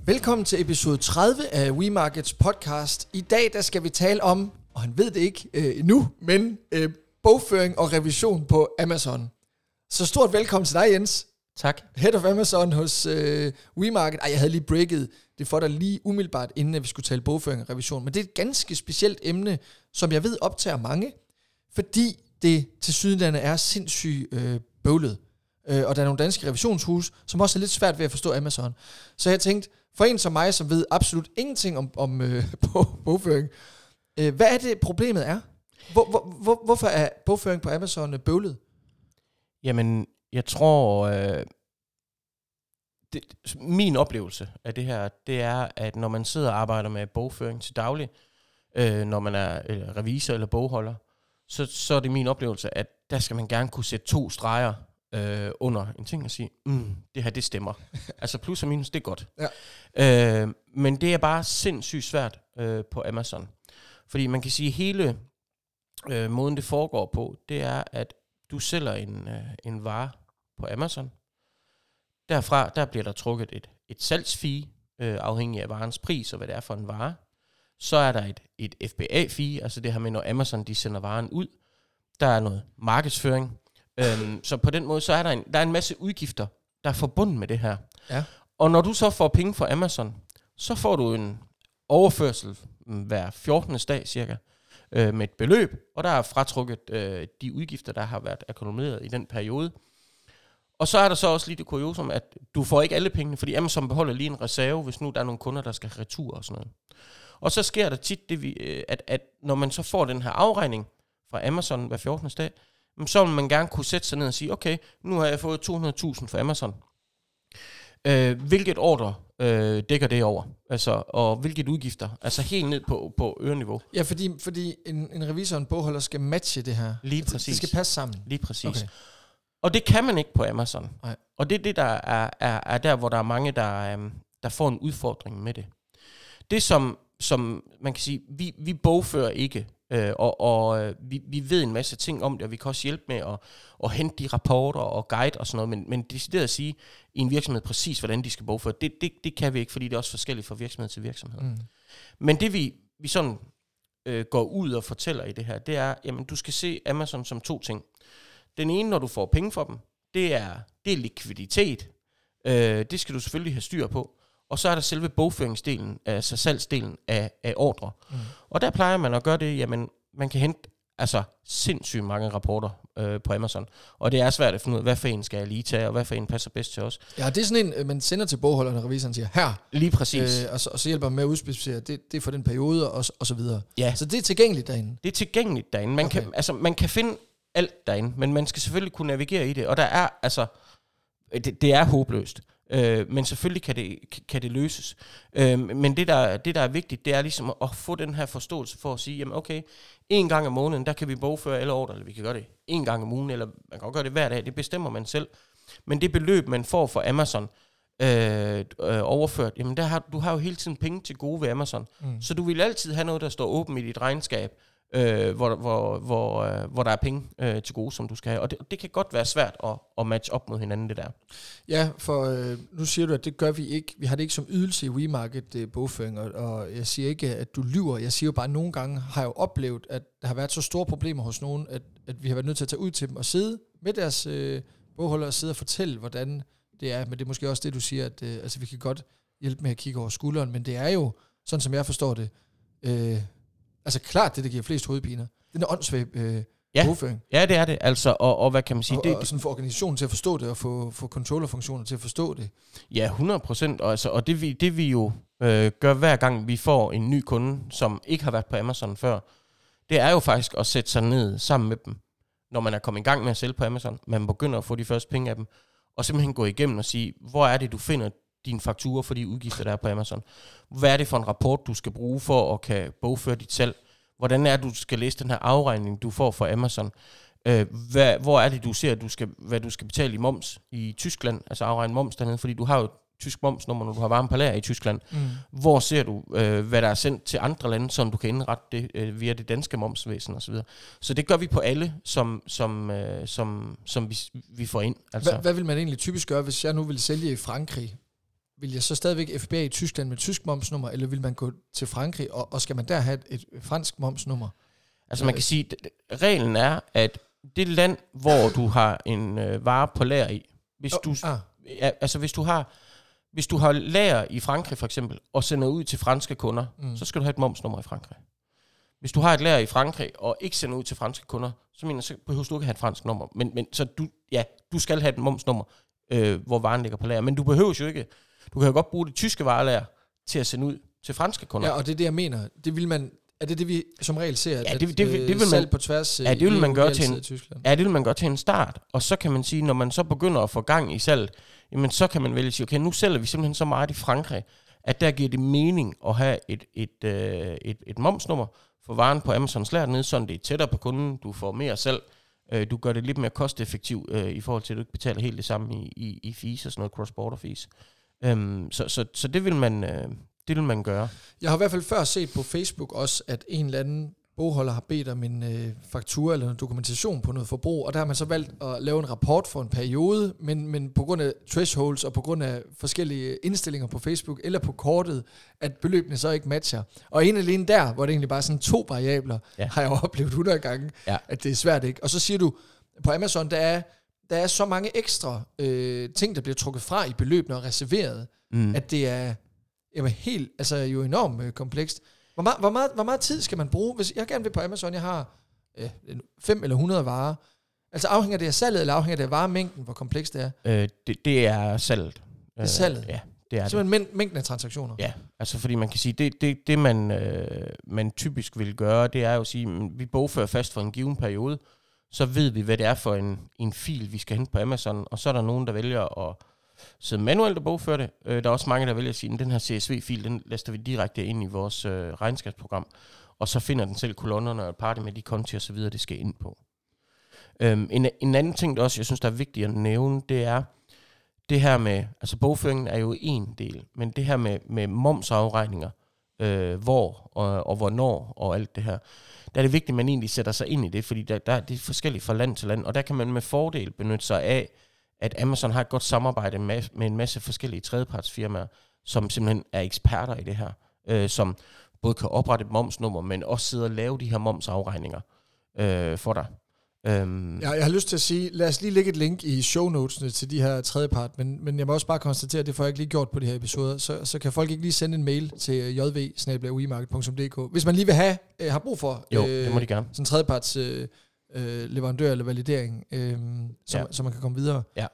Velkommen til episode 30 af WeMarkets podcast. I dag der skal vi tale om, og han ved det ikke endnu, men bogføring og revision på Amazon. Så stort velkommen til dig, Jens. Tak. Head of Amazon hos WeMarket. Jeg havde lige breaket det for dig lige umiddelbart, inden vi skulle tale bogføring og revision. Men det er et ganske specielt emne, som jeg ved optager mange, fordi det til sydenlande er sindssygt bøvlet. Og der er nogle danske revisionshuse, som også er lidt svært ved at forstå Amazon. Så jeg tænkte, for en som mig, som ved absolut ingenting om bogføring, hvad er det problemet er? Hvorfor er bogføring på Amazon bøvlet? Jamen, jeg tror, min oplevelse af det her, det er, at når man sidder og arbejder med bogføring til daglig, når man er revisor eller bogholder, så er det min oplevelse, at der skal man gerne kunne sætte 2 streger under en ting og sige, det her, det stemmer. Altså plus og minus, det er godt. Ja. Men det er bare sindssygt svært på Amazon. Fordi man kan sige, hele måden, det foregår på, det er, at du sælger en vare på Amazon. Derfra, der bliver der trukket et salgsfee, afhængig af varens pris og hvad det er for en vare. Så er der et FBA-fee, altså det her med, når Amazon de sender varen ud. Der er noget markedsføring. Så på den måde, så er der er en masse udgifter, der er forbundet med det her. Ja. Og når du så får penge fra Amazon, så får du en overførsel hver 14. dag cirka, med et beløb, og der er fratrukket de udgifter, der har været akkumuleret i den periode. Og så er der så også lige det kuriosum, at du får ikke alle pengene, fordi Amazon beholder lige en reserve, hvis nu der er nogle kunder, der skal retur og sådan noget. Og så sker der tit det, at når man så får den her afregning fra Amazon hver 14. dag, så vil man gerne kunne sætte sig ned og sige, okay, nu har jeg fået 200.000 fra Amazon. Hvilket ordre dækker det over? Altså, og hvilket udgifter? Altså helt ned på øreniveau. Ja, fordi en revisor og en bogholder skal matche det her. Lige præcis. Det skal passe sammen. Lige præcis. Okay. Og det kan man ikke på Amazon. Nej. Og det er det, der er der, hvor der er mange, der får en udfordring med det. Det som man kan sige, vi bogfører ikke, vi ved en masse ting om det, og vi kan også hjælpe med at hente de rapporter og guide og sådan noget, men decideret at sige i en virksomhed præcis, hvordan de skal bogføre, det kan vi ikke, fordi det er også forskelligt fra virksomhed til virksomhed. Men det vi sådan går ud og fortæller i det her, det er, jamen du skal se Amazon som 2 ting. Den ene, når du får penge for dem, det er likviditet. Det skal du selvfølgelig have styr på. Og så er der selve bogføringsdelen, altså salgsdelen af ordre. Og der plejer man at gøre det, jamen man kan hente altså sindssygt mange rapporter på Amazon. Og det er svært at finde ud af, hvad for en skal jeg lige tage, og hvad for en passer bedst til os. Ja, det er sådan en, man sender til bogholderen, og revisoren siger, her. Lige præcis. Og så hjælper man med at udspecificere, det er for den periode, og så videre. Ja. Så det er tilgængeligt derinde? Det er tilgængeligt derinde. Man kan finde alt derinde, men man skal selvfølgelig kunne navigere i det. Og der er, altså, det er håbløst. Men selvfølgelig kan det løses. Men det der er vigtigt, det er ligesom at få den her forståelse for at sige, jamen okay, 1 gang om måneden, der kan vi bogføre alle ordre, eller vi kan gøre det 1 gang om ugen, eller man kan også gøre det hver dag, det bestemmer man selv. Men det beløb, man får fra Amazon overført, jamen du har jo hele tiden penge til gode ved Amazon. Så du vil altid have noget, der står åbent i dit regnskab, hvor der er penge til gode, som du skal have. Og det kan godt være svært at matche op mod hinanden, det der. Ja, for nu siger du, at det gør vi ikke. Vi har det ikke som ydelse i WeMarket bogføring, og jeg siger ikke, at du lyver. Jeg siger jo bare, at nogle gange har jeg jo oplevet, at der har været så store problemer hos nogen, at vi har været nødt til at tage ud til dem og sidde med deres bogholder og sidde og fortælle, hvordan det er. Men det er måske også det, du siger, at altså, vi kan godt hjælpe med at kigge over skulderen, men det er jo, sådan som jeg forstår det, altså klart det, der giver flest hovedpiner. Den er åndssvag bogføring. Ja, det er det. Altså, og hvad kan man sige? Og sådan få organisationen til at forstå det, og få controllerfunktioner til at forstå det. Ja, 100%. Og det vi jo gør hver gang, vi får en ny kunde, som ikke har været på Amazon før, det er jo faktisk at sætte sig ned sammen med dem, når man er kommet i gang med at sælge på Amazon. Man begynder at få de første penge af dem, og simpelthen gå igennem og sige, hvor er det, du finder dine fakturer for de udgifter, der er på Amazon. Hvad er det for en rapport, du skal bruge for at kan bogføre dit salg? Hvordan er det, du skal læse den her afregning, du får fra Amazon? Hvor er det, du ser, hvad du skal betale i moms i Tyskland, altså afregne moms dernede, fordi du har jo tysk momsnummer, når du har varme på lager i Tyskland. Hvor ser du, hvad der er sendt til andre lande, som du kan indrette det via det danske momsvæsen osv. Så det gør vi på alle, som vi får ind. Altså. Hvad vil man egentlig typisk gøre, hvis jeg nu vil sælge i Frankrig? vil jeg så stadigvæk FBA i Tyskland med tysk momsnummer, eller vil man gå til Frankrig, og skal man der have et fransk momsnummer? Altså man kan sige, reglen er, at det land, hvor du har en vare på lager i, hvis du har lager i Frankrig for eksempel, og sender ud til franske kunder, så skal du have et momsnummer i Frankrig. Hvis du har et lager i Frankrig, og ikke sender ud til franske kunder, så behøver du ikke have et fransk nummer. Men så du skal have et momsnummer, hvor varen ligger på lager. Men du behøver jo ikke. Du kan jo godt bruge det tyske varelager til at sende ud til franske kunder. Ja, og det er det, jeg mener. Det vil man... Er det vi som regel ser, at det vil man, salg på tværs det vil man gøre til Tyskland? Ja, det vil man gøre til en start. Og så kan man sige, når man så begynder at få gang i salg, jamen så kan man vælge at sige, okay, nu sælger vi simpelthen så meget i Frankrig, at der giver det mening at have et momsnummer for varen på Amazons lager nede, sådan det er tættere på kunden, du får mere salg, du gør det lidt mere kosteffektivt i forhold til, at du ikke betaler helt det samme i fees og sådan noget, cross-border fees. Så det vil man gøre. Jeg har i hvert fald før set på Facebook også, at en eller anden bogholder har bedt om en faktura eller en dokumentation på noget forbrug, og der har man så valgt at lave en rapport for en periode, men på grund af thresholds og på grund af forskellige indstillinger på Facebook eller på kortet, at beløbene så ikke matcher. Og en alene der, hvor det egentlig bare sådan 2 variabler, har jeg oplevet 100 gange, at det er svært, ikke? Og så siger du, på Amazon, der er så mange ekstra ting, der bliver trukket fra i beløbene og reserveret, at det er helt, altså jo enormt komplekst. Hvor meget tid skal man bruge? Hvis jeg gerne vil på Amazon, jeg har 5 eller 100 varer. Altså afhænger det af salget, eller afhænger det af varemængden, hvor komplekst det er? Det er salget. Det er salget? Ja, det er simpelthen mængden af transaktioner? Ja, altså fordi man kan sige, det man typisk vil gøre, det er jo at sige, at vi bogfører fast for en given periode, så ved vi, hvad det er for en fil, vi skal hente på Amazon, og så er der nogen, der vælger at sidde manuelt og bogføre det. Der er også mange, der vælger at sige, at den her CSV-fil, den laster vi direkte ind i vores regnskabsprogram, og så finder den selv kolonnerne og party med de konti og så videre, det skal ind på. En anden ting, der også, jeg synes, der er vigtigt at nævne, det er det her med, altså bogføringen er jo en del, men det her med momsafregninger, hvor og hvornår og alt det her, der er det vigtigt, at man egentlig sætter sig ind i det, fordi det er forskelligt fra land til land, og der kan man med fordel benytte sig af, at Amazon har et godt samarbejde med en masse forskellige tredjepartsfirmaer, som simpelthen er eksperter i det her, som både kan oprette et momsnummer, men også sidde og lave de her momsafregninger for dig. Jeg har lyst til at sige, lad os lige lægge et link i shownotesene til de her tredjepart, men jeg må også bare konstatere, at det får jeg ikke lige gjort på de her episoder, så kan folk ikke lige sende en mail til jv@wemarket.dk, hvis man lige vil har brug for det må de gerne. Sådan en tredjeparts leverandør eller validering, så man kan komme videre. Ja.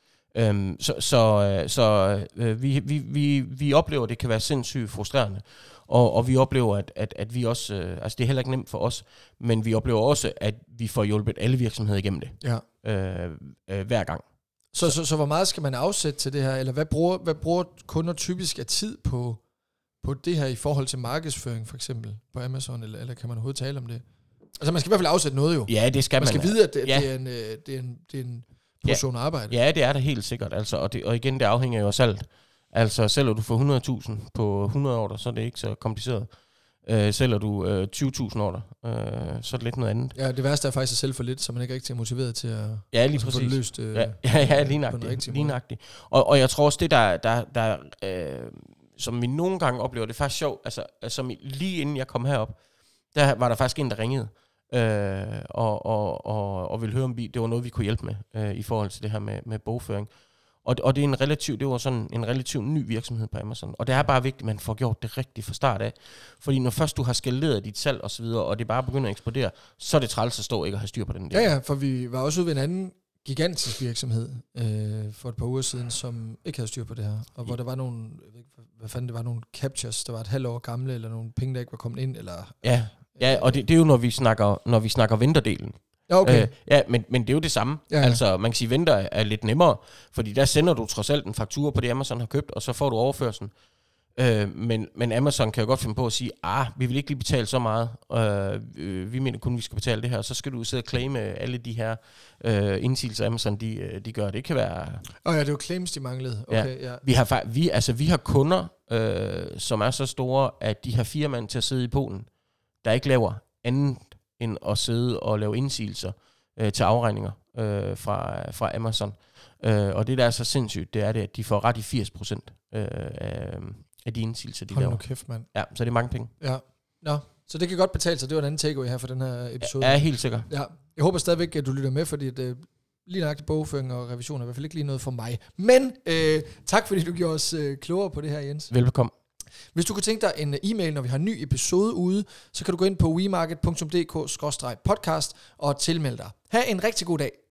Vi oplever, at det kan være sindssygt frustrerende, og vi oplever, at vi også, altså det er heller ikke nemt for os, men vi oplever også, at vi får hjulpet alle virksomheder igennem det, hver gang. Så hvor meget skal man afsætte til det her, eller hvad bruger kunder typisk af tid på det her i forhold til markedsføring, for eksempel på Amazon, eller kan man overhovedet tale om det? Altså man skal i hvert fald afsætte noget jo. Ja, det skal man. Man skal vide, at det er en portion arbejde. Ja, det er det helt sikkert. Altså, og igen, det afhænger jo af salget. Altså sælger du for 100.000 på 100 ordre, så er det ikke så kompliceret. Sælger du 20.000 ordre, så er det lidt noget andet. Ja, det værste er faktisk at sælge for lidt, så man ikke rigtig er motiveret til at lige få det løst. Lige nøjagtigt. Og jeg tror også, det der som vi nogle gange oplever, det er faktisk sjovt, altså som lige inden jeg kom herop, der var der faktisk en, der ringede, og ville høre om det var noget, vi kunne hjælpe med, i forhold til det her med bogføring. Og det er det var sådan en relativt ny virksomhed på Amazon. Og det er bare vigtigt, at man får gjort det rigtigt fra start af. Fordi når først du har skaleret dit salg og så videre, og det bare begynder at eksplodere, så er det træls at stå ikke og have styr på den del. Ja, for vi var også ude ved en anden gigantisk virksomhed for et par uger siden, som ikke havde styr på det her. Og hvor der var nogle, jeg ved ikke, hvad fanden det var, nogle captures, der var et halvt år gamle, eller nogle penge, der ikke var kommet ind, eller... Ja, og det er jo, når vi snakker venterdelen. Okay. Men det er jo det samme. Ja. Altså, man kan sige, venter er lidt nemmere, fordi der sender du trods alt en faktura på det, Amazon har købt, og så får du overførselen. Men Amazon kan jo godt finde på at sige, vi vil ikke lige betale så meget. Vi mener kun, vi skal betale det her. Så skal du sidde og claime alle de her indsigelser, Amazon de gør. Det kan være... det var claims, de manglede. Okay, ja. Vi har kunder, som er så store, at de har 4 mand til at sidde i Polen, der ikke laver andet end at sidde og lave indsigelser til afregninger fra Amazon. Og det, der er så sindssygt, det er det, at de får ret i 80% af de indsigelser, de laver. Hold nu kæft, mand. Ja, så det er mange penge. Ja. Nå, så det kan godt betale sig. Det var en anden takeaway her for den her episode. Ja, helt sikkert. Ja. Jeg håber stadigvæk, at du lytter med, fordi det lige nøjagtigt bogføring og revision er i hvert fald ikke lige noget for mig. Men tak, fordi du gjorde os klogere på det her, Jens. Velbekomme. Hvis du kunne tænke dig en e-mail, når vi har en ny episode ude, så kan du gå ind på wemarket.dk/podcast og tilmelde dig. Ha' en rigtig god dag.